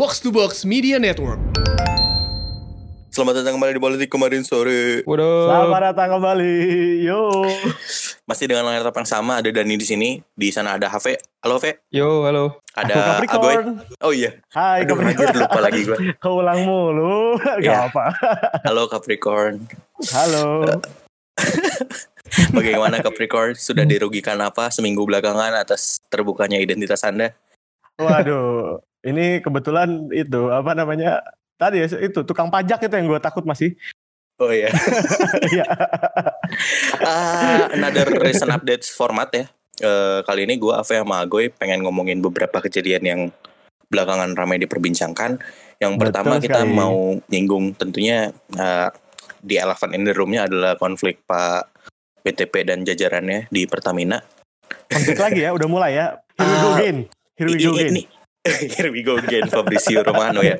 Box to Box Media Network. Selamat datang kembali di Politik kemarin sore. Waduh. Selamat datang kembali. Yo. Masih dengan layar yang sama, ada Dani di sini. Di sana ada Hafe. Halo, Fe. Yo, halo. Ada Aku Capricorn. Agoy. Oh iya. Hai Aduh, Capricorn. anjir, lupa lagi gue. Keulang mulu. Gak Ya. apa. Halo Capricorn. Halo. Bagaimana Capricorn? Sudah dirugikan apa seminggu belakangan atas terbukanya identitas Anda? Waduh. Ini kebetulan itu apa namanya? Tadi ya itu tukang pajak itu yang gue takut masih. Oh iya. Iya. Another recent updates format ya. Kali ini gue Ave sama Agoy pengen ngomongin beberapa kejadian yang belakangan ramai diperbincangkan. Yang pertama Betul kita sekali. mau nyinggung tentunya di elephant in the room-nya adalah konflik Pak BTP dan jajarannya di Pertamina. Konflik lagi ya, udah mulai ya. Here we go again. Here we go again. Here we go again, Fabrizio Romano ya.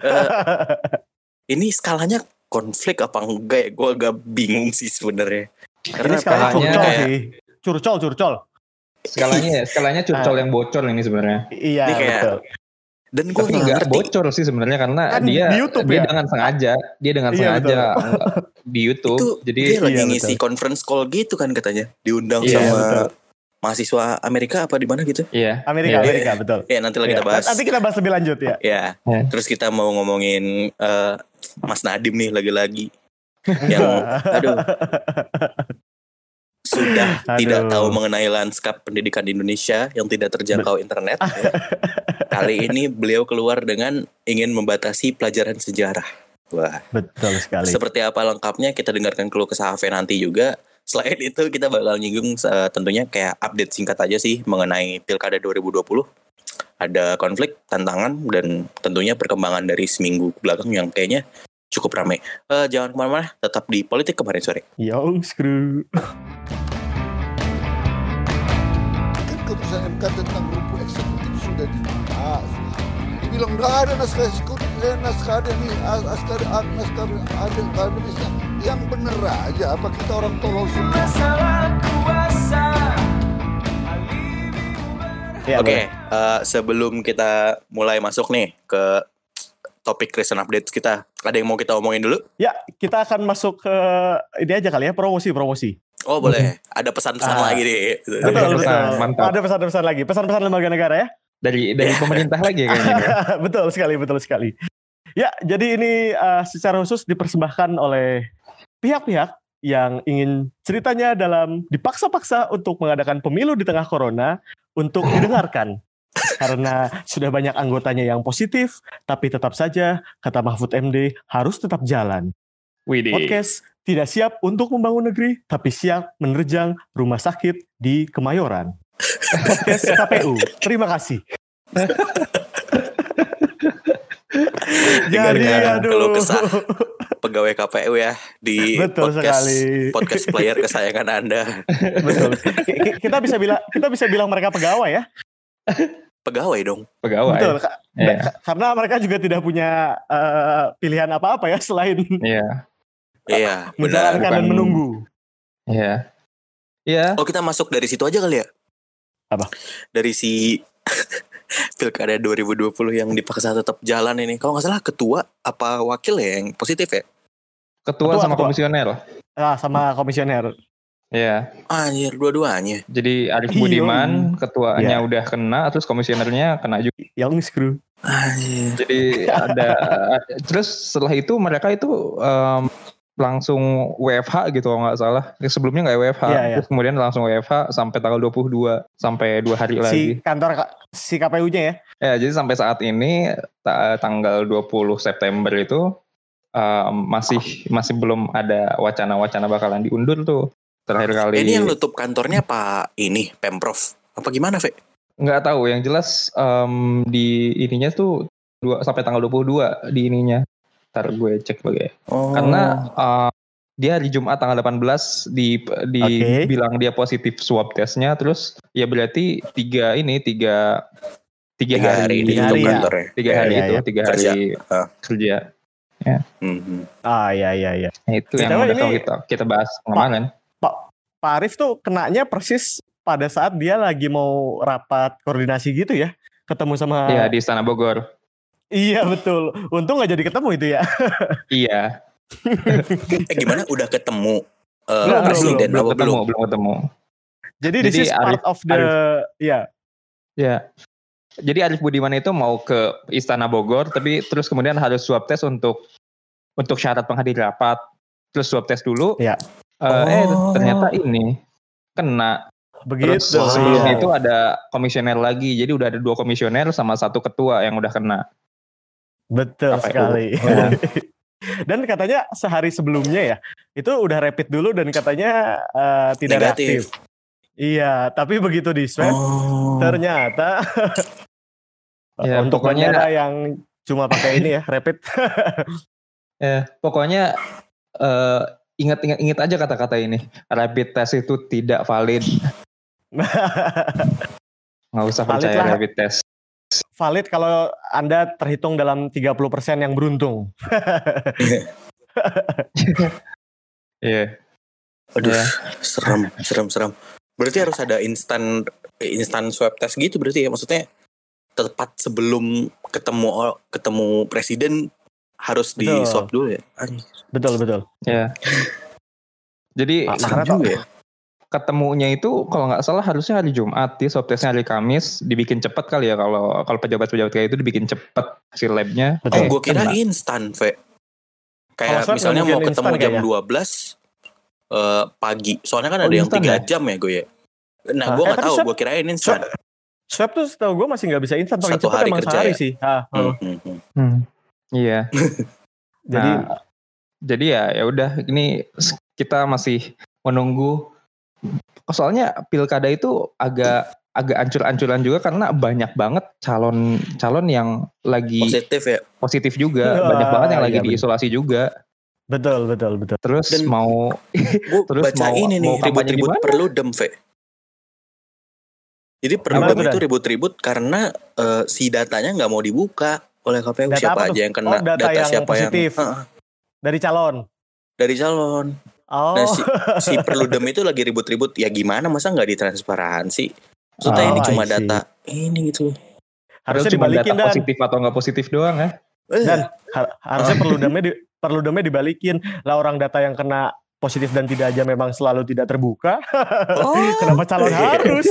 Ini skalanya konflik apa enggak ya? Gue agak bingung sih sebenarnya. Ini Karena skalanya Palanya curcol kayak- sih. Curcol. Skalanya curcol yang bocor ini sebenarnya. Iya Ini kayak- betul. dan gue Tapi nggak nggak ngerti. bocor sih sebenarnya karena Kan dia di YouTube dia ya? dengan sengaja, Iya, sengaja di YouTube. Itu Jadi dia lagi iya, ngisi betul. conference call gitu kan katanya, diundang Iya, sama betul. mahasiswa Amerika apa di mana gitu. iya. Amerika Iya. betul. Ya nanti lah Iya. kita bahas. Nanti kita bahas lebih lanjut ya. Ya, Ya. terus kita mau ngomongin Mas Nadiem nih lagi-lagi yang aduh sudah Aduh. tidak tahu mengenai lanskap pendidikan di Indonesia yang tidak terjangkau internet. Ya. Kali ini beliau keluar dengan ingin membatasi pelajaran sejarah. Wah, Betul sekali. seperti apa lengkapnya kita dengarkan keluh kesah Hafe nanti juga. Selain itu kita bakal nyinggung tentunya kayak update singkat aja sih mengenai Pilkada 2020. Ada konflik, tantangan, dan tentunya perkembangan dari seminggu belakang yang kayaknya cukup ramai. Jangan kemana-mana, tetap di Politik kemarin sore. Young screw. Kan keputusan MK tentang rumput eksekutif sudah dibahas. Dibilang nggak ada naskah eksekutif, naskah ada nih, naskah ada akademisnya. Yang bener aja, apa kita orang tolol semua? Ya, Oke, sebelum kita mulai masuk nih ke topik recent updates kita, ada yang mau kita omongin dulu? Ya, kita akan masuk ke ini aja kali ya, promosi. Oh boleh, ada pesan-pesan lagi nih. Betul. Mantap. Ada pesan-pesan lagi, pesan-pesan lembaga negara ya. Dari pemerintah lagi kayaknya. betul sekali. Ya, jadi ini secara khusus dipersembahkan oleh pihak-pihak yang ingin ceritanya dalam dipaksa-paksa untuk mengadakan pemilu di tengah corona untuk didengarkan. Karena sudah banyak anggotanya yang positif, tapi tetap saja, kata Mahfud MD, harus tetap jalan. Widih. Podcast tidak siap untuk membangun negeri, tapi siap menerjang rumah sakit di Kemayoran. Podcast KPU. Terima kasih. Dengarkan keluh kesah pegawai KPU ya di Betul sekali. podcast player kesayangan Anda. Betul. Kita bisa bilang mereka pegawai ya. Pegawai dong. Pegawai. Betul. Iya. Karena mereka juga tidak punya pilihan apa-apa ya selain Iya, benar. menjalankan dan Bukan- menunggu. Iya. Iya. Oh, kita masuk dari situ aja kali ya? Apa? Dari si Pilkada 2020 yang dipaksa tetap jalan ini. Kalau nggak salah ketua apa wakil ya yang positif ya? Ketua sama Ketua. komisioner. Sama komisioner. Iya. Anjir, dua-duanya. Jadi Arif Iya. Budiman ketuanya Iya. udah kena, terus komisionernya kena juga. Young screw. Anjir. Jadi terus setelah itu mereka itu langsung WFH gitu kalau nggak salah. Sebelumnya nggak WFH, Iya, iya. terus kemudian langsung WFH sampai tanggal 22 sampai 2 hari lagi. Si KPU-nya ya. Ya, jadi sampai saat ini tanggal 20 September itu masih belum ada wacana-wacana bakalan diundur tuh. Terakhir kali Ini yang nutup kantornya Pak ini Pemprov. Apa gimana, Fe? nggak tahu, yang jelas di ininya tuh sampai tanggal 22 di ininya. Ntar gue cek lagi ya. Oh. Karena dia hari Jumat tanggal 18 bilang dia positif swab testnya, terus ya berarti tiga hari hari ditutup hari ya. kantornya. 3 hari Iya, itu iya. 3 hari kerja. Mhm. Iya. Nah, itu yang BTW udah ini- tahu kita bahas kemarin. Pak Arif tuh kenanya persis pada saat dia lagi mau rapat koordinasi gitu ya, ketemu sama Iya, di Istana Bogor. Iya betul. Untung nggak jadi ketemu itu ya. Iya. Gimana? Udah ketemu Belum, presiden belum apa belum? ketemu. Jadi this is part of the ya. Ya. Jadi Arief Budiman itu mau ke Istana Bogor, tapi terus kemudian harus swab test untuk syarat penghadiri rapat. Terus swab test dulu. Ya. Ternyata ini kena. Begitu. Terus sebelumnya itu ada komisioner lagi. Jadi udah ada 2 komisioner sama 1 ketua yang udah kena. Betul KPU. sekali. Dan katanya sehari sebelumnya ya, itu udah rapid dulu dan katanya tidak Negatif. reaktif. Iya, tapi begitu di swab, ternyata Ya, untuk pokoknya bandara yang cuma pakai ini ya, rapid. Pokoknya ingat aja kata-kata ini. Rapid test itu tidak valid. Nggak usah Valid percaya lah. rapid test. Valid kalau Anda terhitung dalam 30% yang beruntung. Iya. Aduh, Ya. serem. Berarti harus ada instan swab test gitu berarti ya, maksudnya tepat sebelum ketemu presiden harus di Betul. swab dulu ya. Betul. Ya. Jadi Serem juga ya. ketemunya itu kalau nggak salah harusnya hari Jumat, di swab testnya hari Kamis, dibikin cepat kali ya kalau pejabat-pejabat kayak itu dibikin cepat hasil labnya. Gue kira instan, Ve. Kayak Kalau swab misalnya nggak mau mungkin ketemu instan jam kayaknya. 12 pagi. Soalnya kan ada yang instan 3 ya? jam ya gue ya. Nah, gue nggak tapi tahu. swab- Gue kirain instan. Swab tuh setahu gue masih nggak bisa instan, paling Satu cepat hari emang kerja sehari ya? sih. Iya. Jadi Jadi ya udah, ini kita masih menunggu. Soalnya pilkada itu agak ancur-ancuran juga karena banyak banget calon yang lagi Positif ya. positif juga, Wah, banyak banget yang lagi iya, diisolasi juga. betul. Terus Dan mau Gue Terus baca mau- ini nih, mau kampanye ribut-ribut di mana? Perludem, Ve. Jadi Perludem Gimana tuh, itu Dan? ribut-ribut karena si datanya nggak mau dibuka oleh KPU. Data Siapa apa tuh? aja yang kena, Oh, data yang siapa positif. yang Dari calon. dari calon. Oh. Nah, si Perludem itu lagi ribut-ribut. Ya gimana, masa nggak ditransparansi? Maksudnya Oh, ini cuma I see. data ini gitu. Harusnya cuma dibalikin, data Dan. positif atau nggak positif doang ya. Dan harusnya perludemnya dibalikin. Lah orang data yang kena positif dan tidak aja memang selalu tidak terbuka. Kenapa calon harus?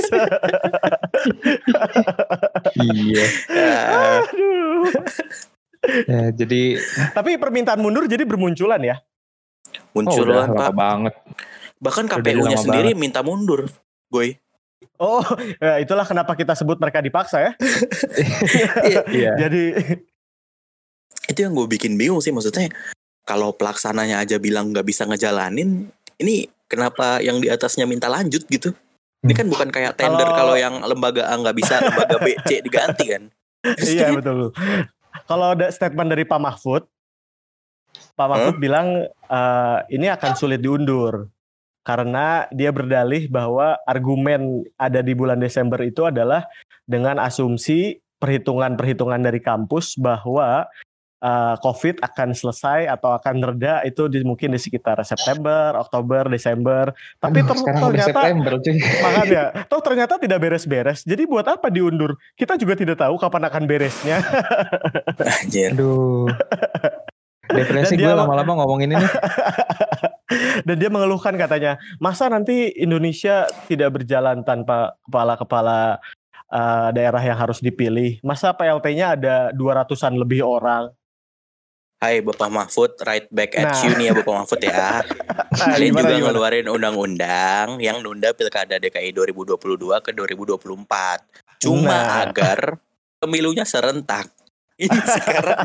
Iya. Aduh. Ya, jadi Tapi permintaan mundur jadi bermunculan ya. Munculan, udah lama Pak. banget. Bahkan Udah KPU-nya lama sendiri minta mundur, Boy. Oh, ya itulah kenapa kita sebut mereka dipaksa ya. Iya. Jadi Itu yang gue bikin bingung sih, maksudnya kalau pelaksananya aja bilang nggak bisa ngejalanin, ini kenapa yang di atasnya minta lanjut gitu? Ini kan bukan kayak tender Kalau- kalau yang lembaga A nggak bisa, lembaga B, C diganti kan? iya betul. Kalau ada statement dari Pak Mahfud bilang ini akan sulit diundur karena dia berdalih bahwa argumen ada di bulan Desember itu adalah dengan asumsi perhitungan dari kampus bahwa COVID akan selesai atau akan reda itu mungkin di sekitar September, Oktober, Desember. Tapi Sekarang udah ternyata September cuy. makanya, ternyata tidak beres-beres. Jadi buat apa diundur? Kita juga tidak tahu kapan akan beresnya. Anjir. Aduh. Depresi Dan gue dia- lama-lama ngomongin ini. Dan dia mengeluhkan katanya, masa nanti Indonesia tidak berjalan tanpa kepala-kepala daerah yang harus dipilih? Masa PLT-nya ada 200-an lebih orang? Hai Bapak Mahfud, right back at Nah. you nih ya Bapak Mahfud ya. Kalian Gimana, juga gimana? ngeluarin undang-undang yang nunda Pilkada DKI 2022 ke 2024. Cuma Nah. agar pemilunya serentak. Ini sekarang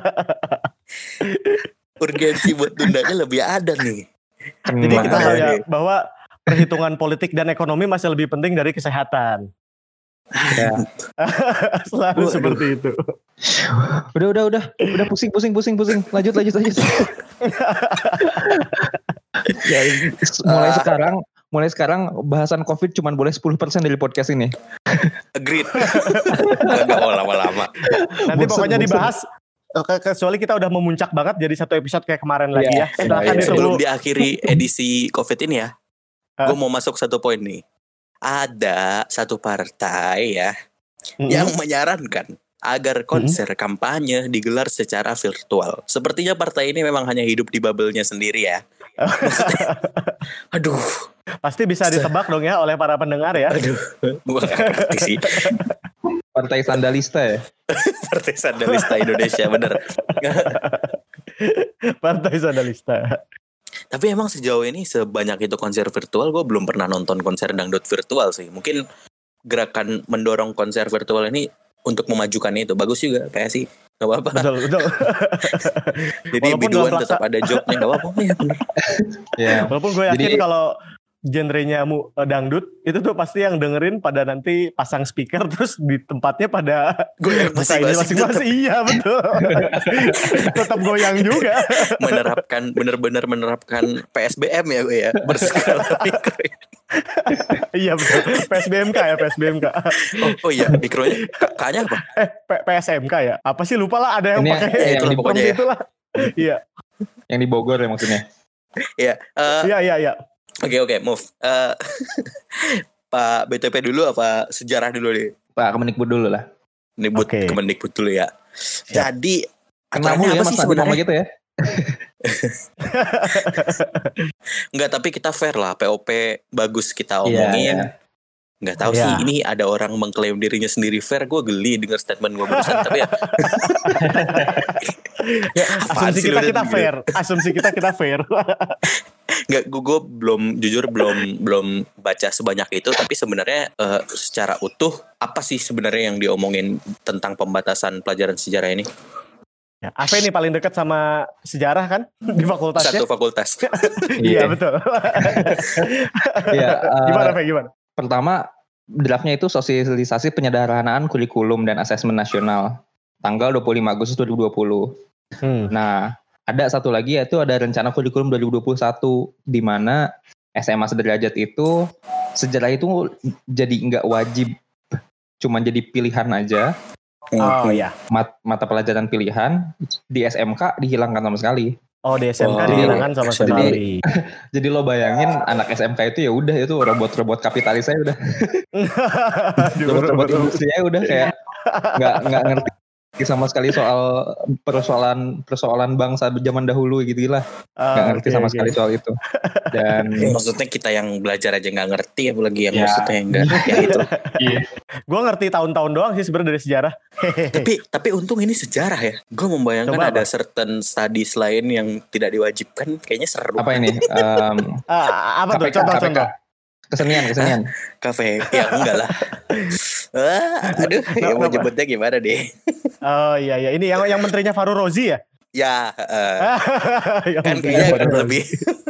urgensi buat tundanya lebih ada nih. Jadi kita Nah, hanya bahwa perhitungan politik dan ekonomi masih lebih penting dari kesehatan. Ya. Selalu Waduh. seperti itu. Udah pusing. Lanjut. Ya, mulai sekarang bahasan COVID cuma boleh 10% dari podcast ini. Agreed. Gak mau lama-lama. Nanti Bosen, pokoknya bosen. dibahas kecuali kita udah memuncak banget jadi satu episode kayak kemarin lagi ya. Silakan iya. ditunggu. Sebelum diakhiri edisi COVID ini ya, Hah? gue mau masuk satu poin nih. Ada satu partai ya yang menyarankan agar konser kampanye digelar secara virtual. Sepertinya partai ini memang hanya hidup di bubble-nya sendiri ya. Maksudnya, aduh. Pasti bisa ditebak dong ya oleh para pendengar ya. Aduh, gue gak ngerti sih. Partai sandalista ya. Partai sandalista Indonesia, bener. Partai sandalista. Tapi emang sejauh ini sebanyak itu konser virtual, gue belum pernah nonton konser dangdut virtual sih. Mungkin gerakan mendorong konser virtual ini untuk memajukan itu bagus juga kayak sih. Gak apa-apa. Betul. Jadi biduan tetap ada joke-nya, gak apa-apa ya bener. Ya. Walaupun gue yakin kalau genrenya dangdut itu tuh pasti yang dengerin pada nanti pasang speaker terus di tempatnya pada goyang masing-masing. Iya betul. Tetap goyang juga. Bener-bener menerapkan PSBM ya gue ya, berskala mikro. Iya betul. PSBMK. Oh iya, mikronya K-nya apa? PSMK ya. Apa sih lupa lah, ada yang pakai itulah pokoknya ya. Itulah. Iya. Yang di Bogor ya maksudnya. Iya. Iya. Oke, move. Pak BTP dulu apa sejarah dulu nih? Pak Kemendikbud dulu lah. Kemendikbud dulu ya. Jadi aturannya apa sih sebenarnya gitu ya? Enggak, tapi kita fair lah. POP bagus kita omongin. Yeah. Nggak tahu sih, ini ada orang mengklaim dirinya sendiri fair. Gue geli denger statement gue barusan. Tapi ya, asumsi kita fair. Nggak, gue belum baca sebanyak itu. Tapi sebenarnya secara utuh apa sih sebenarnya yang diomongin tentang pembatasan pelajaran sejarah ini? Ya, Ave nih paling dekat sama sejarah kan di fakultasnya. Satu fakultas. Iya betul. Gimana? Pertama, draftnya itu sosialisasi penyederhanaan kurikulum dan asesmen nasional tanggal 25 Agustus 2020. Nah, ada satu lagi yaitu ada rencana kurikulum 2021 di mana SMA sederajat itu sejarah itu jadi nggak wajib, cuma jadi pilihan aja. Oh ya. Mata pelajaran pilihan di SMK dihilangkan sama sekali. Oh, di SMK dihilangkan sama sekali. Jadi lo bayangin anak SMK itu ya udah itu robot-robot kapitalis aja udah. Robot industri aja udah kayak nggak ngerti sama sekali soal persoalan bangsa zaman dahulu gitu lah. Nggak ngerti sama sekali soal itu. Dan maksudnya kita yang belajar aja nggak ngerti, apalagi yang maksudnya yang nggak ya itu. Gue ngerti tahun-tahun doang sih sebenarnya dari sejarah. tapi untung ini sejarah ya. Gue membayangkan ada certain studies lain yang tidak diwajibkan, kayaknya seru. Apa ini? Apa tuh? Contoh. Kesenian. Kafe. Ya enggak lah. Aduh, mau nyebutnya gimana deh? Oh iya, ini yang menterinya Faru Rozi ya? Ya, kan kayaknya lebih.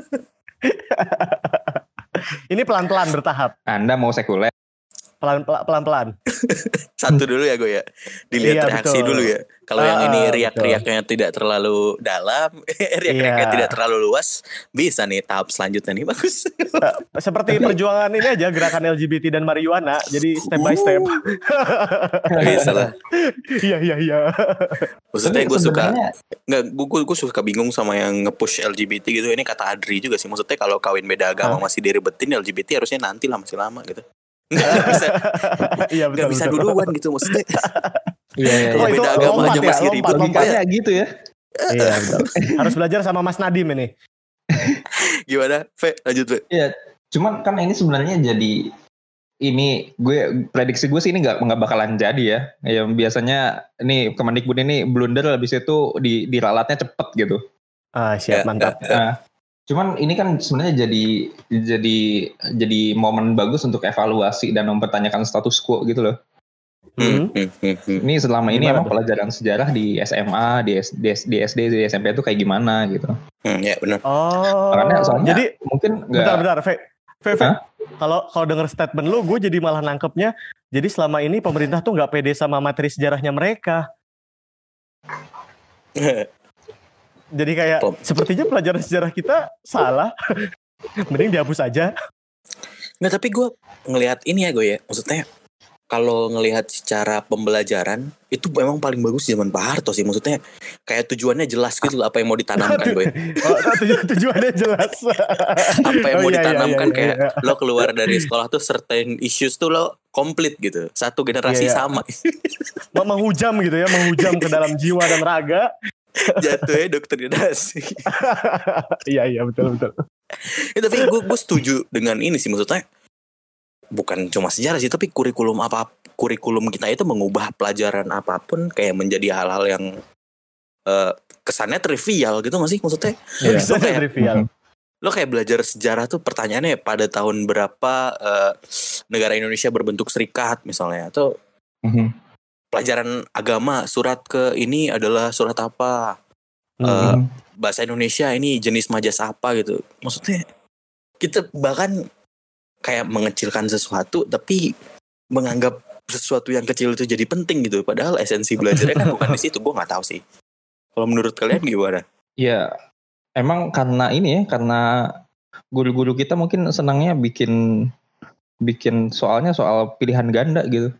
Ini pelan-pelan bertahap. Anda mau sekuler? Pelan-pelan. Satu dulu ya gue ya. Dilihat reaksi dulu ya. Kalau yang ini riak-riaknya tidak terlalu dalam, riak-riaknya tidak terlalu luas, bisa nih tahap selanjutnya nih bagus. Seperti perjuangan ini aja, gerakan LGBT dan marijuana. Jadi step by step. Bisa lah. Iya. Maksudnya gue suka, gue suka bingung sama yang nge-push LGBT gitu. Ini kata Adri juga sih. Maksudnya kalau kawin beda agama masih diribetin, LGBT harusnya nanti lah, masih lama gitu. Nggak bisa duluan gitu maksudnya. Iya. Kalau beda agama aja masih ribut lompat gitu ya. Iya, harus belajar sama Mas Nadim ini. Gimana? Lanjut, Fe. Iya, cuman kan ini sebenarnya jadi ini prediksi gue sih ini nggak bakalan jadi ya. Yang biasanya ini Kemendikbud ini blunder habis itu diralatnya cepet gitu. Siap, mantap. Cuman ini kan sebenarnya jadi momen bagus untuk evaluasi dan mempertanyakan status quo gitu loh. Ini selama ini emang pelajaran sejarah di SMA, di SD, di SMP itu kayak gimana gitu. Ya benar. Makanya soalnya jadi mungkin nggak. Bentar, Kalau denger statement lu, gue jadi malah nangkepnya. Jadi selama ini pemerintah tuh nggak pede sama materi sejarahnya mereka. Jadi kayak sepertinya pelajaran sejarah kita salah. Mending dihapus aja. Nggak, tapi gue ngelihat ini ya gue ya. Maksudnya kalau ngelihat secara pembelajaran itu memang paling bagus zaman Pak Harto sih, maksudnya kayak tujuannya jelas gitu loh, apa yang mau ditanamkan boy. Tujuannya jelas. Apa yang mau ditanamkan kayak iya. lo keluar dari sekolah tuh certain issues tuh lo komplit gitu, satu generasi Iya, iya. sama. Menghujam gitu ya, menghujam ke dalam jiwa dan raga. Jatuhnya doktrinasi. Iya betul. Ya, tapi gue setuju dengan ini sih, maksudnya bukan cuma sejarah sih, tapi kurikulum kita itu mengubah pelajaran apapun kayak menjadi hal-hal yang kesannya trivial gitu nggak sih, maksudnya lo kayak trivial. Lo kayak belajar sejarah tuh pertanyaannya pada tahun berapa negara Indonesia berbentuk serikat misalnya, atau pelajaran agama surat ke ini adalah surat apa, bahasa Indonesia ini jenis majas apa gitu. Maksudnya kita bahkan kayak mengecilkan sesuatu tapi menganggap sesuatu yang kecil itu jadi penting gitu, padahal esensi belajarnya kan bukan di situ. Gue nggak tahu sih, kalau menurut kalian gimana? Ya emang karena ini ya, karena guru-guru kita mungkin senangnya bikin soalnya soal pilihan ganda gitu.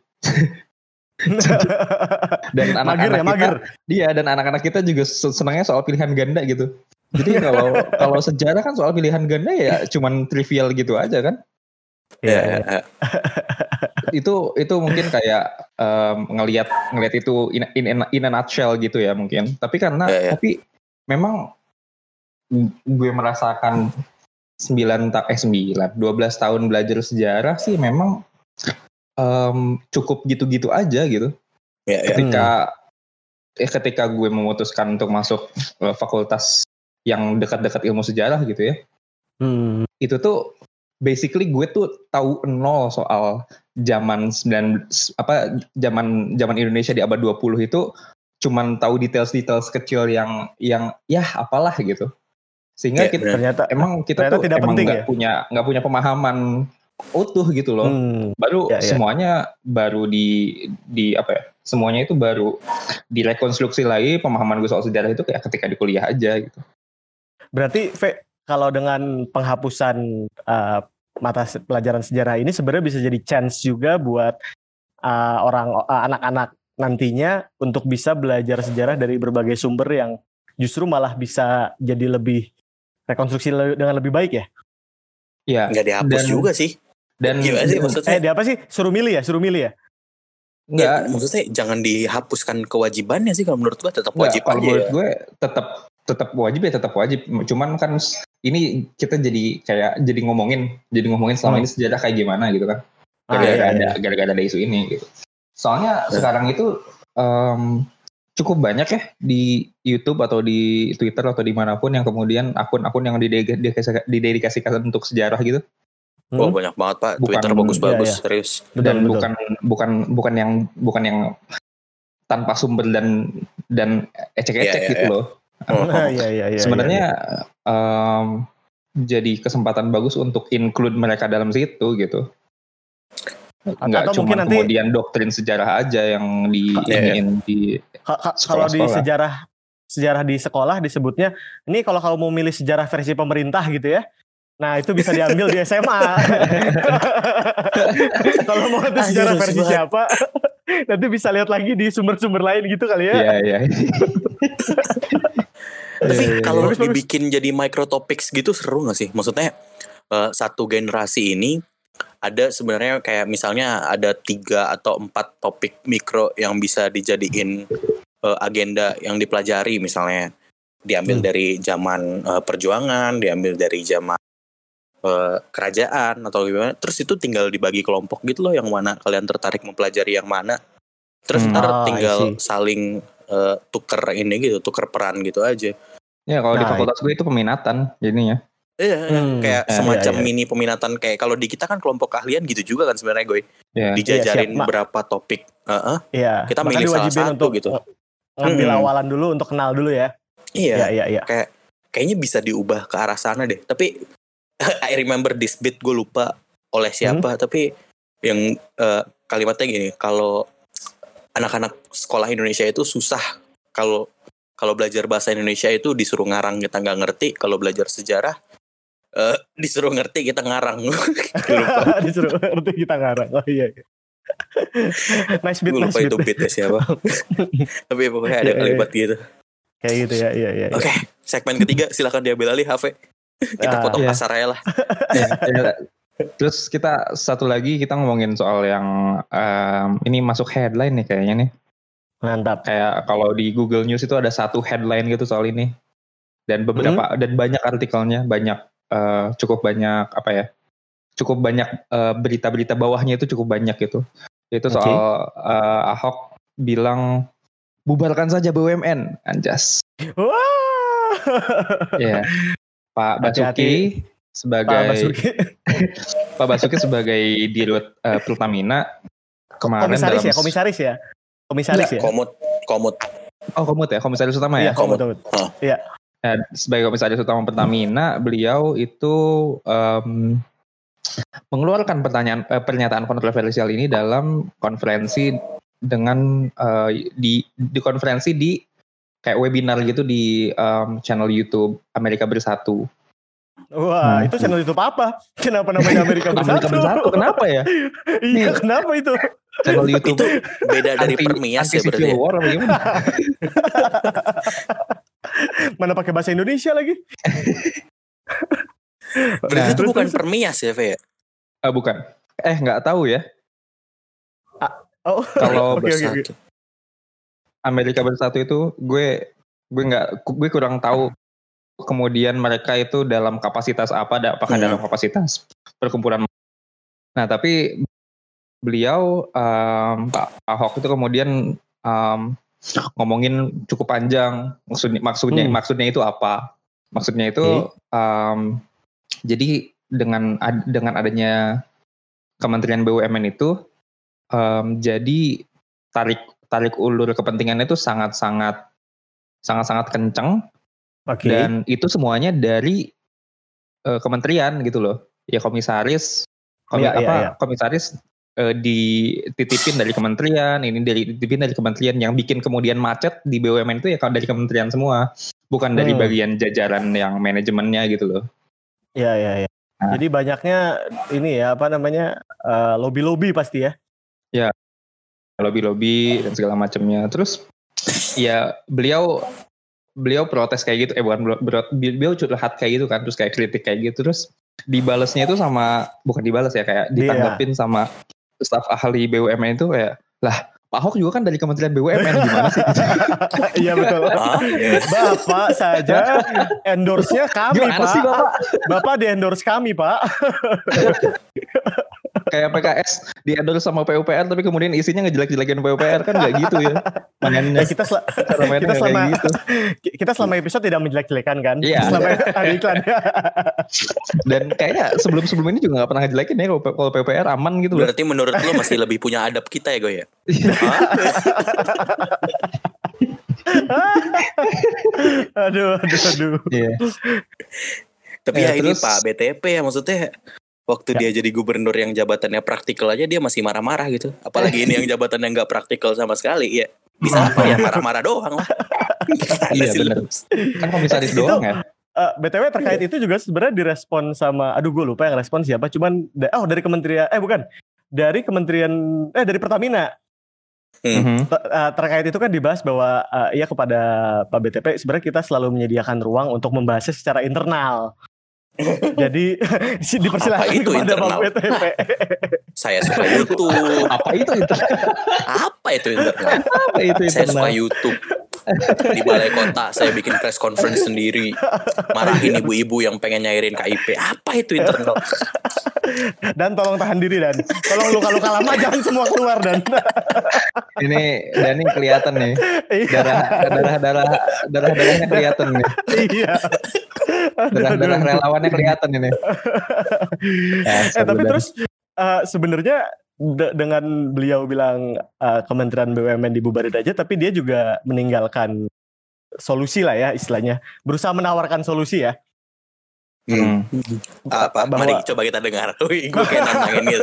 Dan anak-anak kita juga senangnya soal pilihan ganda gitu. Jadi kalau sejarah kan soal pilihan ganda ya cuman trivial gitu aja kan. Ya. Itu mungkin kayak ngelihat itu in a nutshell gitu ya mungkin. Tapi tapi memang gue merasakan 12 tahun belajar sejarah sih memang cukup gitu-gitu aja gitu. Ketika gue memutuskan untuk masuk fakultas yang dekat-dekat ilmu sejarah gitu ya. Itu tuh basically gue tuh tahu nol soal zaman Indonesia di abad 20 itu, cuman tahu details kecil yang ya apalah gitu. Sehingga kita tuh tidak emang nggak punya pemahaman utuh gitu loh. Baru semuanya baru semuanya itu baru direkonstruksi lagi pemahaman gue soal sejarah itu kayak ketika di kuliah aja gitu. Berarti kalau dengan penghapusan mata pelajaran sejarah ini sebenarnya bisa jadi chance juga buat anak-anak nantinya untuk bisa belajar sejarah dari berbagai sumber yang justru malah bisa jadi lebih rekonstruksi dengan lebih baik ya? Iya. Nggak dihapus juga sih. Dan gimana sih maksudnya? Di apa sih? Suruh milih ya? Enggak. Ya, maksudnya jangan dihapuskan kewajibannya sih, kalau menurut gue tetap wajib aja. Menurut gue tetap wajib ya, tetap wajib. Cuman kan ini kita jadi ngomongin selama ini sejarah kayak gimana gitu kan. Gara-gara ada isu ini gitu. Soalnya sekarang itu cukup banyak ya di YouTube atau di Twitter atau dimanapun yang kemudian akun-akun yang didedikasikan untuk sejarah gitu. Banyak banget Pak. Twitter bagus-bagus, serius. Dan bukan yang tanpa sumber dan ecek-ecek gitu loh. Sebenarnya jadi kesempatan bagus untuk include mereka dalam situ gitu. Nggak cuma kemudian doktrin sejarah aja yang di kalau di sejarah di sekolah disebutnya ini kalau mau milih sejarah versi pemerintah gitu ya. Nah itu bisa diambil di SMA. Kalau mau ngerti sejarah versi siapa, nanti bisa lihat lagi di sumber-sumber lain gitu kali ya. Iya. Tapi kalau dibikin jadi micro topics gitu seru gak sih? Maksudnya satu generasi ini ada sebenarnya kayak misalnya ada 3 atau 4 topik mikro yang bisa dijadiin agenda yang dipelajari, misalnya diambil dari zaman perjuangan, diambil dari zaman kerajaan atau gimana, terus itu tinggal dibagi kelompok gitu loh, yang mana kalian tertarik mempelajari yang mana, terus ntar tinggal saling tuker peran gitu aja. Ya kalau di fakultas gue itu peminatan jadinya. Iya, kayak semacam mini peminatan, kayak kalau di kita kan kelompok keahlian gitu juga kan sebenarnya gue. Dijajarin berapa topik, kita milih salah satu untuk gitu. Ngambil awalan dulu untuk kenal dulu ya. Iya. Kayaknya bisa diubah ke arah sana deh. Tapi I remember this bit, gue lupa oleh siapa, tapi yang kalimatnya gini, kalau anak-anak sekolah Indonesia itu susah kalau belajar bahasa Indonesia itu disuruh ngarang kita nggak ngerti, kalau belajar sejarah disuruh ngerti kita ngarang. Disuruh ngerti kita ngarang. Oh iya. Nice beat, Gue nice lupa itu beat. beatnya siapa. Tapi pokoknya ada kalimat gitu. Kayak gitu ya, iya. Oke, segmen ketiga silakan diambil alih HV. Kita potong iya. kasar aja lah. Ya. Terus kita satu lagi kita ngomongin soal yang ini masuk headline nih kayaknya nih. Mantap. Kayak kalau di Google News itu ada satu headline gitu soal ini. Dan beberapa dan banyak artikelnya, cukup banyak apa ya? Cukup banyak berita-berita bawahnya itu cukup banyak gitu. Itu soal Ahok bilang bubarkan saja BUMN, anjas. Wah. Iya. Pak Basuki sebagai Pak Basuki sebagai Dirut Pertamina kemarin komisaris ya. Komut. Oh, Komut ya, komisaris utama ya. Iya, Komut. Iya. Nah, sebagai komisaris utama Pertamina, beliau itu mengeluarkan pernyataan kontroversial ini dalam konferensi dengan di konferensi di kayak webinar gitu di channel YouTube Amerika Bersatu. Wah, itu channel YouTube apa? Kenapa namanya Amerika Bersatu? Amerika Bersatu, kenapa ya? Iya, kenapa itu? Channel YouTube itu beda dari Permias ya berarti. Civil War apa gimana? Mana pakai bahasa Indonesia lagi? Berarti itu bukan Permias ya, Fe? Bukan. Nggak tahu ya. Kalau Bersatu. Amerika Bersatu itu gue kurang tahu. Kemudian mereka itu dalam kapasitas apa? Apakah dalam kapasitas perkumpulan? Nah, tapi beliau Pak Ahok itu kemudian ngomongin cukup panjang. Maksudnya itu apa? Maksudnya itu jadi dengan adanya Kementerian BUMN itu jadi tarik ulur kepentingannya itu sangat kencang. Okay. Dan itu semuanya dari kementerian gitu loh. Ya komisaris dititipin dari kementerian, dititipin dari kementerian, yang bikin kemudian macet di BUMN itu ya dari kementerian semua, bukan dari bagian jajaran yang manajemennya gitu loh. Iya. Nah. Jadi banyaknya ini ya lobby pasti ya. Ya, lobby dan segala macamnya. Terus ya beliau protes kayak gitu, beliau curhat kayak gitu kan, terus kayak kritik kayak gitu, terus dibalasnya itu bukan dibalas ya, kayak ditanggapin sama staf ahli BUMN itu kayak, lah Pak Ahok juga kan dari Kementerian BUMN, gimana sih? Iya betul. Bapak saja endorse-nya kami, gimana Pak. Sih, Bapak di-endorse kami, Pak. Kayak PKS di-endorse sama PUPR tapi kemudian isinya ngejelek-jelekin PUPR, kan nggak gitu ya. Makanya kita selama episode tidak menjelek-jelekan kan? Iya. Selama ada iklan. Dan kayaknya sebelum ini juga nggak pernah ngejelekin ya kalau PUPR aman gitu. Berarti menurut lo masih lebih punya adab kita ya, Go ya? Aduh. Yeah. Tapi ya ini Pak BTP ya, maksudnya waktu dia jadi gubernur yang jabatannya praktikal aja dia masih marah-marah gitu. Apalagi ini yang jabatannya nggak praktikal sama sekali ya. Bisa apa ya, marah-marah doang lah. Iya benar. Kan komisaris doang ya. BTW terkait itu juga sebenarnya direspon sama, gue lupa yang respon siapa, cuman dari kementerian dari Pertamina. Terkait itu kan dibahas bahwa kepada Pak BTP sebenarnya kita selalu menyediakan ruang untuk membahasnya secara internal. Jadi dipersilakan kepada internal? Pak BTP. Saya suka YouTube. Apa itu internal? Saya suka YouTube. Di balai kota saya bikin press conference sendiri, marahin ibu-ibu yang pengen nyairin KIP. Apa itu internal? Dan tolong tahan diri, dan tolong luka-luka lama jangan semua keluar, dan ini kelihatan nih, darahnya kelihatan nih. Iya. Darah relawannya kelihatan ini. Tapi terus sebenarnya dengan beliau bilang Kementerian BUMN dibubarin aja, tapi dia juga meninggalkan solusi lah ya istilahnya, berusaha menawarkan solusi ya. Apa? Mari coba kita dengar. Gue kayak nantangin gitu.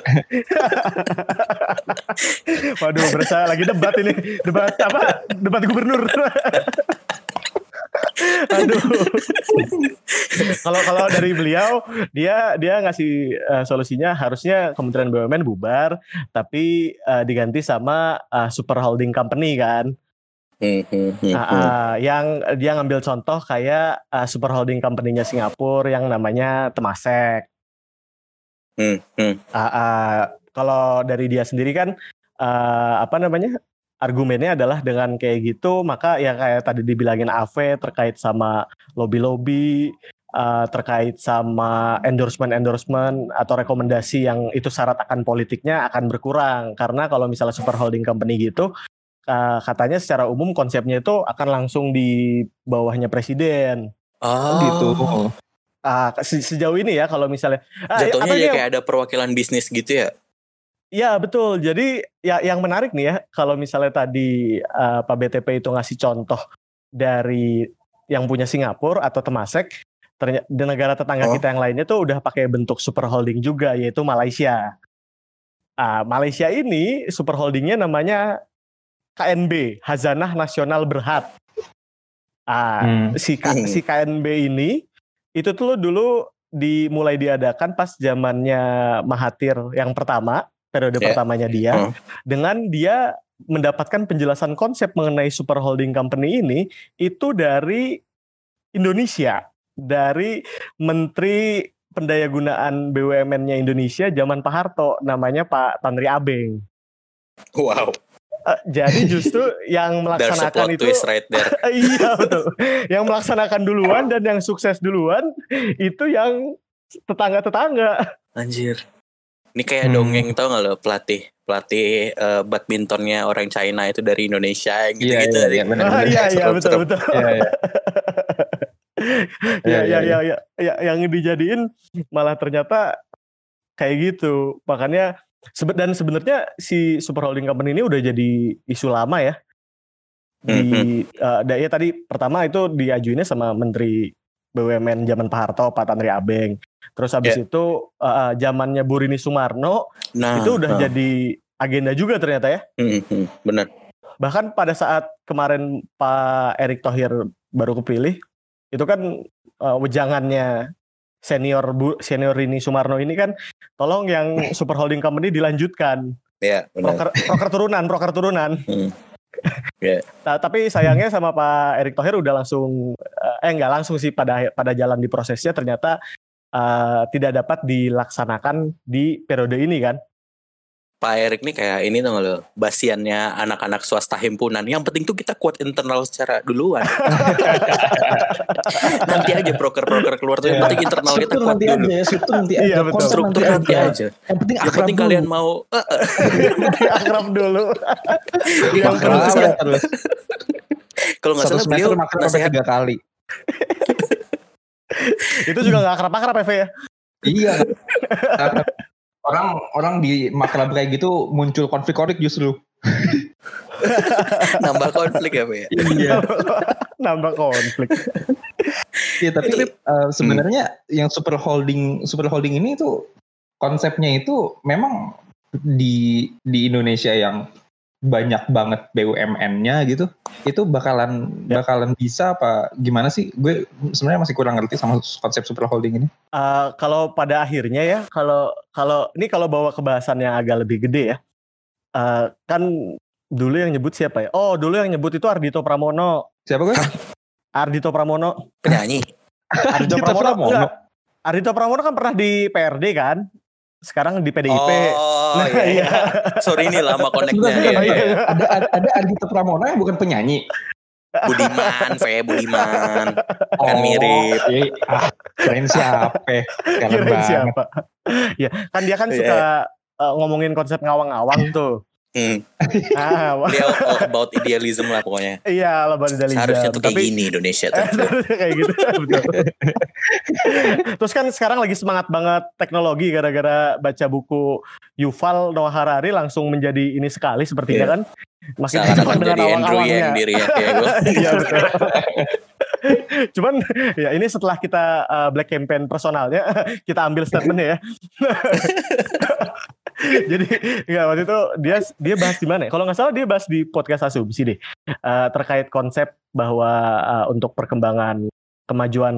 Waduh, berasa lagi debat ini, debat gubernur. Aduh. Kalau dari beliau dia ngasih solusinya harusnya Kementerian BUMN bubar tapi diganti sama super holding company kan. Yang dia ngambil contoh kayak super holding company-nya Singapura yang namanya Temasek. Kalau dari dia sendiri kan argumennya adalah dengan kayak gitu maka ya kayak tadi dibilangin Ave terkait sama lobby-lobby, terkait sama endorsement atau rekomendasi yang itu syarat akan politiknya akan berkurang karena kalau misalnya super holding company gitu katanya secara umum konsepnya itu akan langsung di bawahnya presiden. Gitu. Sejauh ini ya kalau misalnya jatuhnya ya kayak ada perwakilan bisnis gitu ya. Ya betul. Jadi ya yang menarik nih ya kalau misalnya tadi Pak BTP itu ngasih contoh dari yang punya Singapura atau Temasek, ternyata di negara tetangga kita yang lainnya tuh udah pakai bentuk super holding juga yaitu Malaysia. Malaysia ini super holdingnya namanya KNB, Khazanah Nasional Berhad. Si KNB ini itu tuh dulu dimulai diadakan pas zamannya Mahathir yang pertama. Periode pertamanya dia, dengan dia mendapatkan penjelasan konsep mengenai super holding company ini itu dari Indonesia, dari Menteri Pendayagunaan BUMN-nya Indonesia zaman Pak Harto, namanya Pak Tanri Abeng. Wow. Jadi justru yang melaksanakan itu, right there. Iya betul, yang melaksanakan duluan dan yang sukses duluan itu yang tetangga-tetangga. Anjir. Ini kayak dongeng tau gak lo pelatih badmintonnya orang China itu dari Indonesia gitu-gitu. Iya betul. Ya yang dijadiin malah ternyata kayak gitu. Makanya dan sebenarnya si super holding company ini udah jadi isu lama ya. Ya tadi pertama itu diajuinnya sama Menteri BUMN zaman Pak Harto, Pak Tanri Abeng. Terus habis itu zamannya Bu Rini Sumarno itu udah jadi agenda juga ternyata ya. Benar. Bahkan pada saat kemarin Pak Erick Thohir baru kepilih, itu kan wejangannya senior Rini Sumarno ini kan, tolong yang super holding company dilanjutkan. Iya, benar. Proker turunan. Tapi sayangnya sama Pak Erick Thohir udah langsung nggak langsung sih pada jalan di prosesnya ternyata tidak dapat dilaksanakan di periode ini kan. Pak Erick nih kayak ini tuh loh, basiannya anak-anak swasta himpunan. Yang penting tuh kita kuat internal secara duluan. Nanti aja proker keluar tuh yang penting internal kita kuat dulu. Struktur nanti aja. Yang penting kalian mau akrab dulu. Kalau nggak salah beliau nasihat 3 kali. Itu juga nggak akrab-akrab ya, ya? Iya. Orang di makrab kayak gitu muncul konflik justru. Nambah konflik ya, Pak? Iya. Nambah konflik. Iya, tapi sebenarnya yang super holding ini itu konsepnya itu memang di Indonesia yang banyak banget BUMN-nya gitu, itu bakalan bisa apa gimana sih? Gue sebenarnya masih kurang ngerti sama konsep super holding ini. Kalau pada akhirnya ya, kalau bawa ke bahasan yang agak lebih gede ya, kan dulu yang nyebut siapa ya? Oh, dulu yang nyebut itu Ardhito Pramono. Siapa gue? Ardhito Pramono. Penyanyi. Ardhito Pramono kan pernah di PRD kan? Sekarang di PDIP. Oh iya. Sorry ini lama koneknya. Ada Ardhito Pramono yang bukan penyanyi. Budiman. Kan mirip. Keren siapa? Keren siapa? Ya, kan dia kan suka ngomongin konsep ngawang-ngawang tuh. Dia all about idealism lah pokoknya. Iya, all about idealism. Seharusnya tuh kayak gini Indonesia tuh. Kayak gitu, betul. Terus kan sekarang lagi semangat banget teknologi gara-gara baca buku Yuval Noah Harari langsung menjadi ini sekali sepertinya kan. Makin cepat dengan awang-awangnya. Iya betul. Cuman ya ini setelah kita black campaign personalnya kita ambil statementnya ya. Jadi waktu itu dia bahas di mana? Kalau nggak salah dia bahas di podcast Asumsi deh, terkait konsep bahwa untuk perkembangan kemajuan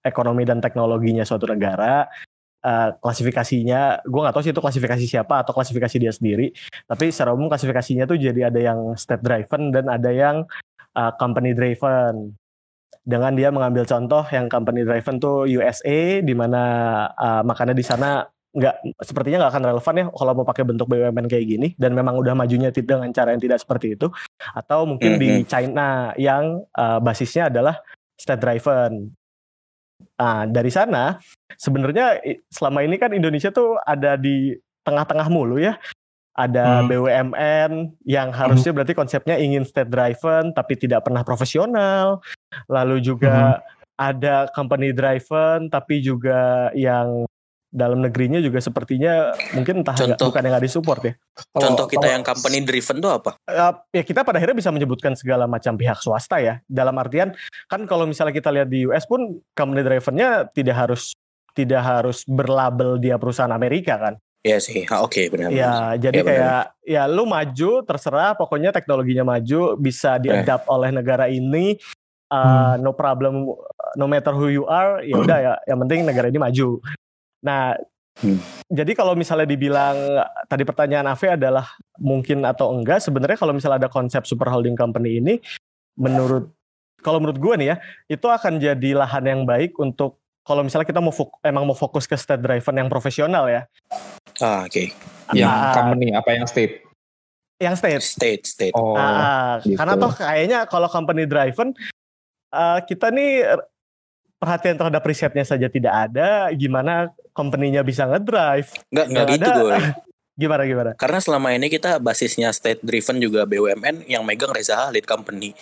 ekonomi dan teknologinya suatu negara. Klasifikasinya, gue nggak tahu sih itu klasifikasi siapa atau klasifikasi dia sendiri. Tapi secara umum klasifikasinya tuh jadi ada yang state driven dan ada yang company driven. Dengan dia mengambil contoh yang company driven tuh USA, di mana makanya di sana sepertinya nggak akan relevan ya kalau mau pakai bentuk BUMN kayak gini, dan memang udah majunya dengan cara yang tidak seperti itu. Atau mungkin di China yang basisnya adalah state driven. Dari sana sebenarnya selama ini kan Indonesia tuh ada di tengah-tengah mulu ya. Ada BUMN yang harusnya berarti konsepnya ingin state driven tapi tidak pernah profesional. Lalu juga ada company driven tapi juga yang dalam negerinya juga sepertinya mungkin bukan yang nggak disupport ya. Contoh kita yang company driven tuh apa? Ya kita pada akhirnya bisa menyebutkan segala macam pihak swasta ya. Dalam artian kan kalau misalnya kita lihat di US pun company drivennya tidak harus berlabel dia perusahaan Amerika kan. Iya sih, oke, benar. Ya jadi kayak ya lu maju terserah, pokoknya teknologinya maju bisa diadapt oleh negara ini. No problem, no matter who you are, ya udah ya, yang penting negara ini maju. Nah, jadi kalau misalnya dibilang tadi pertanyaan Ave adalah mungkin atau enggak, sebenarnya kalau misalnya ada konsep super holding company ini, menurut gue nih ya, itu akan jadi lahan yang baik untuk kalau misalnya kita mau fokus ke state driven yang profesional ya. Oke. Yang company apa yang state? Yang State. Oh. Gitu. Karena toh kayaknya kalau company driven kita nih perhatian terhadap risetnya saja tidak ada, gimana company-nya bisa ngedrive? Nggak gitu gue. Gimana? Karena selama ini kita basisnya state driven juga BUMN yang megang Reza Halid company.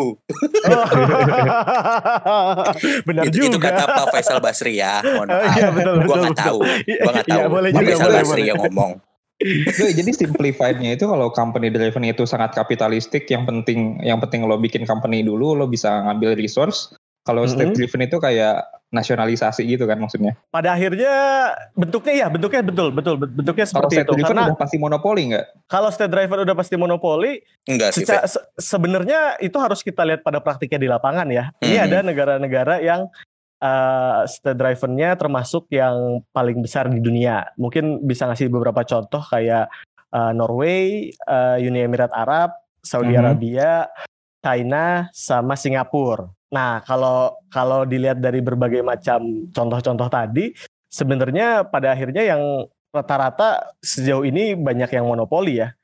Benar itu, juga. Itu kata Pak Faisal Basri ya. Mohon maaf. Iya, betul. Gue nggak tahu. Ya, boleh Pak juga, Faisal boleh. Basri yang ngomong. Jadi simplified-nya itu kalau company driven itu sangat kapitalistik, yang penting lo bikin company dulu, lo bisa ngambil resource. Kalau state driven itu kayak nasionalisasi gitu kan maksudnya. Pada akhirnya bentuknya betul bentuknya seperti itu. Kalau state driven Karena udah pasti monopoli nggak? Kalau state driven udah pasti monopoli, enggak sih. Sebenarnya itu harus kita lihat pada praktiknya di lapangan ya. Ini ada negara-negara yang state driven-nya termasuk yang paling besar di dunia. Mungkin bisa ngasih beberapa contoh kayak Norway, Uni Emirat Arab, Saudi Arabia, China, sama Singapura. Nah, kalau dilihat dari berbagai macam contoh-contoh tadi, sebenarnya pada akhirnya yang rata-rata sejauh ini banyak yang monopoli ya.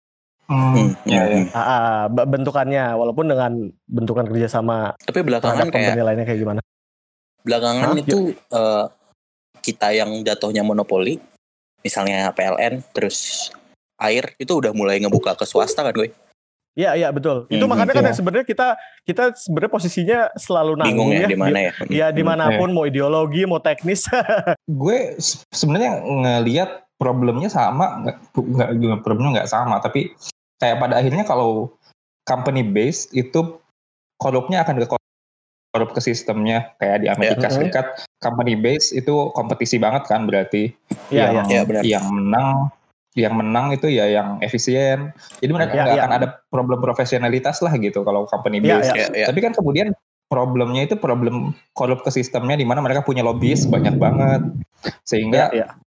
Bentukannya, walaupun dengan bentukan kerjasama. Tapi belakangan kayak lainnya kayak gimana? Belakangan itu kita yang jatuhnya monopoli, misalnya PLN, terus air itu udah mulai ngebuka ke swasta kan gue. Iya betul. Itu makanya kan sebenarnya kita sebenarnya posisinya selalu nanggung ya. Di mana ya? Ya dimanapun, mau ideologi, mau teknis. Gue sebenarnya ngelihat problemnya sama, problemnya nggak sama, tapi kayak pada akhirnya kalau company based itu korupnya akan korup ke sistemnya, kayak di Amerika Serikat company based itu kompetisi banget kan, berarti benar. yang menang itu ya yang efisien. Jadi mereka nggak akan ada problem profesionalitas lah gitu kalau company based. Tapi kan kemudian problemnya itu problem korup ke sistemnya, di mana mereka punya lobbyis banyak banget, sehingga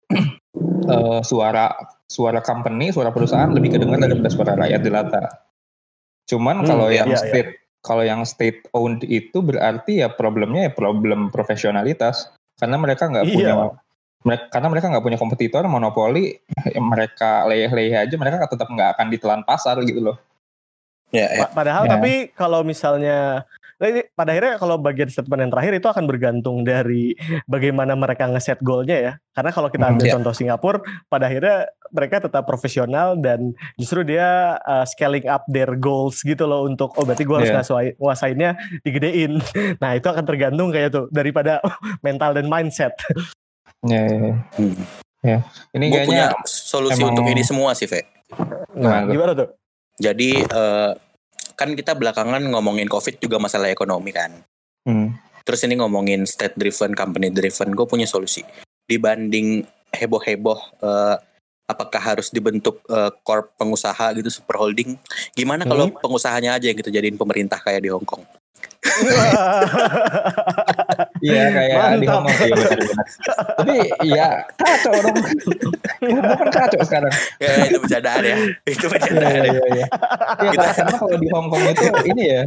suara company, suara perusahaan lebih kedengar daripada suara rakyat jelata. Cuman kalau yang state owned itu berarti ya problemnya problem profesionalitas, karena mereka nggak punya kompetitor, monopoli, mereka leyeh-leyeh aja, mereka tetap nggak akan ditelan pasar gitu loh. Padahal tapi kalau misalnya pada akhirnya kalau bagian statement yang terakhir itu akan bergantung dari bagaimana mereka ngeset goalnya ya. Karena kalau kita ambil contoh Singapura, pada akhirnya mereka tetap profesional dan justru dia scaling up their goals gitu loh, untuk berarti gue harus nguasainnya digedein. Nah itu akan tergantung kayak tuh daripada mental dan mindset. Ini gue punya solusi untuk ini semua sih, Ve. Nah, gimana tuh? Jadi kan kita belakangan ngomongin COVID juga masalah ekonomi kan. Terus ini ngomongin state driven, company driven, gue punya solusi. Dibanding heboh-heboh, apakah harus dibentuk corp pengusaha gitu, super holding? Gimana kalau pengusahanya aja yang gitu jadiin pemerintah kayak di Hong Kong? Iya kayak di Mantap. Hongkong. Iya benar. Tapi ya kacau dong. Hongkong kan kacau sekarang. Ya itu bercandaan ya. Itu bercandaan ya. Iya. Ya, karena kalau di Hongkong itu ini ya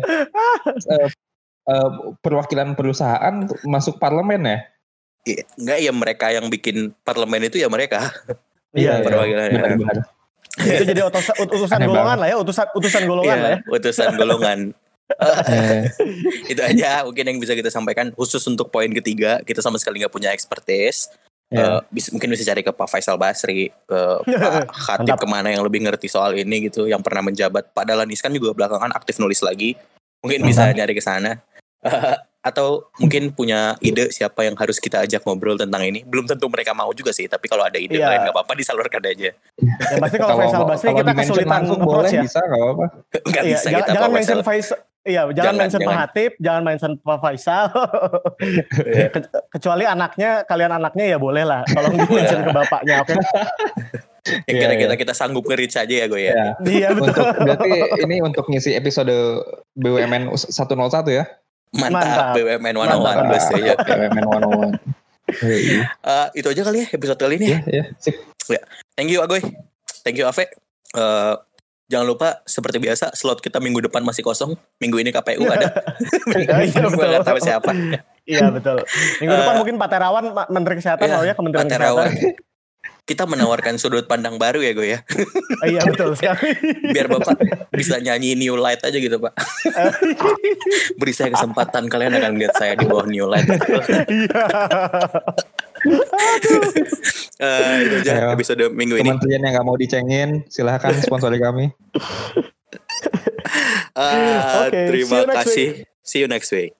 perwakilan perusahaan masuk parlemen ya. Enggak ya, mereka yang bikin parlemen itu ya mereka. Iya, perwakilannya. Benar. Itu jadi utusan Aneh golongan banget. lah ya, utusan golongan lah ya. Utusan golongan. Itu aja mungkin yang bisa kita sampaikan khusus untuk poin ketiga. Kita sama sekali nggak punya expertise. Mungkin bisa cari ke Pak Faisal Basri, ke Pak Khatib, kemana yang lebih ngerti soal ini gitu, yang pernah menjabat. Pak Dahlan Iskan juga belakangan aktif nulis lagi, mungkin bisa nyari ke sana. Atau mungkin punya ide siapa yang harus kita ajak ngobrol tentang ini. Belum tentu mereka mau juga sih, tapi kalau ada ide lain gak apa-apa, disalurkan aja. Ya pasti kalau Faisal Basri kita kesulitan approach ya. Bisa gak apa-apa. Gak bisa kita jangan Pak mention Faisal. Faisal. Iya, jangan mention Pak Hatip, jangan mention Pak Faisal. Kecuali kalian anaknya ya boleh lah. Tolong di-mention ke bapaknya, oke? Yang kira-kira kita sanggup nge-reach aja ya gue ya. Iya, betul. Berarti ini untuk ngisi episode BUMN 101 ya? Mantap. BUMN 101 best ya. BUMN 101. Itu aja kali ya episode kali ini. Iya, sip. Ya. Thank you Agoy. Thank you Ave. Jangan lupa seperti biasa slot kita minggu depan masih kosong. Minggu ini KPU ada. Iya, betul. Gue gak tahu siapa. Iya betul. Minggu depan mungkin Pak Terawan Menteri Kesehatan ya Kementerian Pak Terawan. Kesehatan. Kita menawarkan sudut pandang baru ya gue ya. Iya betul sekali. Biar Bapak bisa nyanyi New Light aja gitu Pak. Beri saya kesempatan, kalian akan lihat saya di bawah New Light. Itu aja episode minggu ini. Kementerian yang gak mau dicengin silahkan sponsori kami. Terima kasih. See you next week.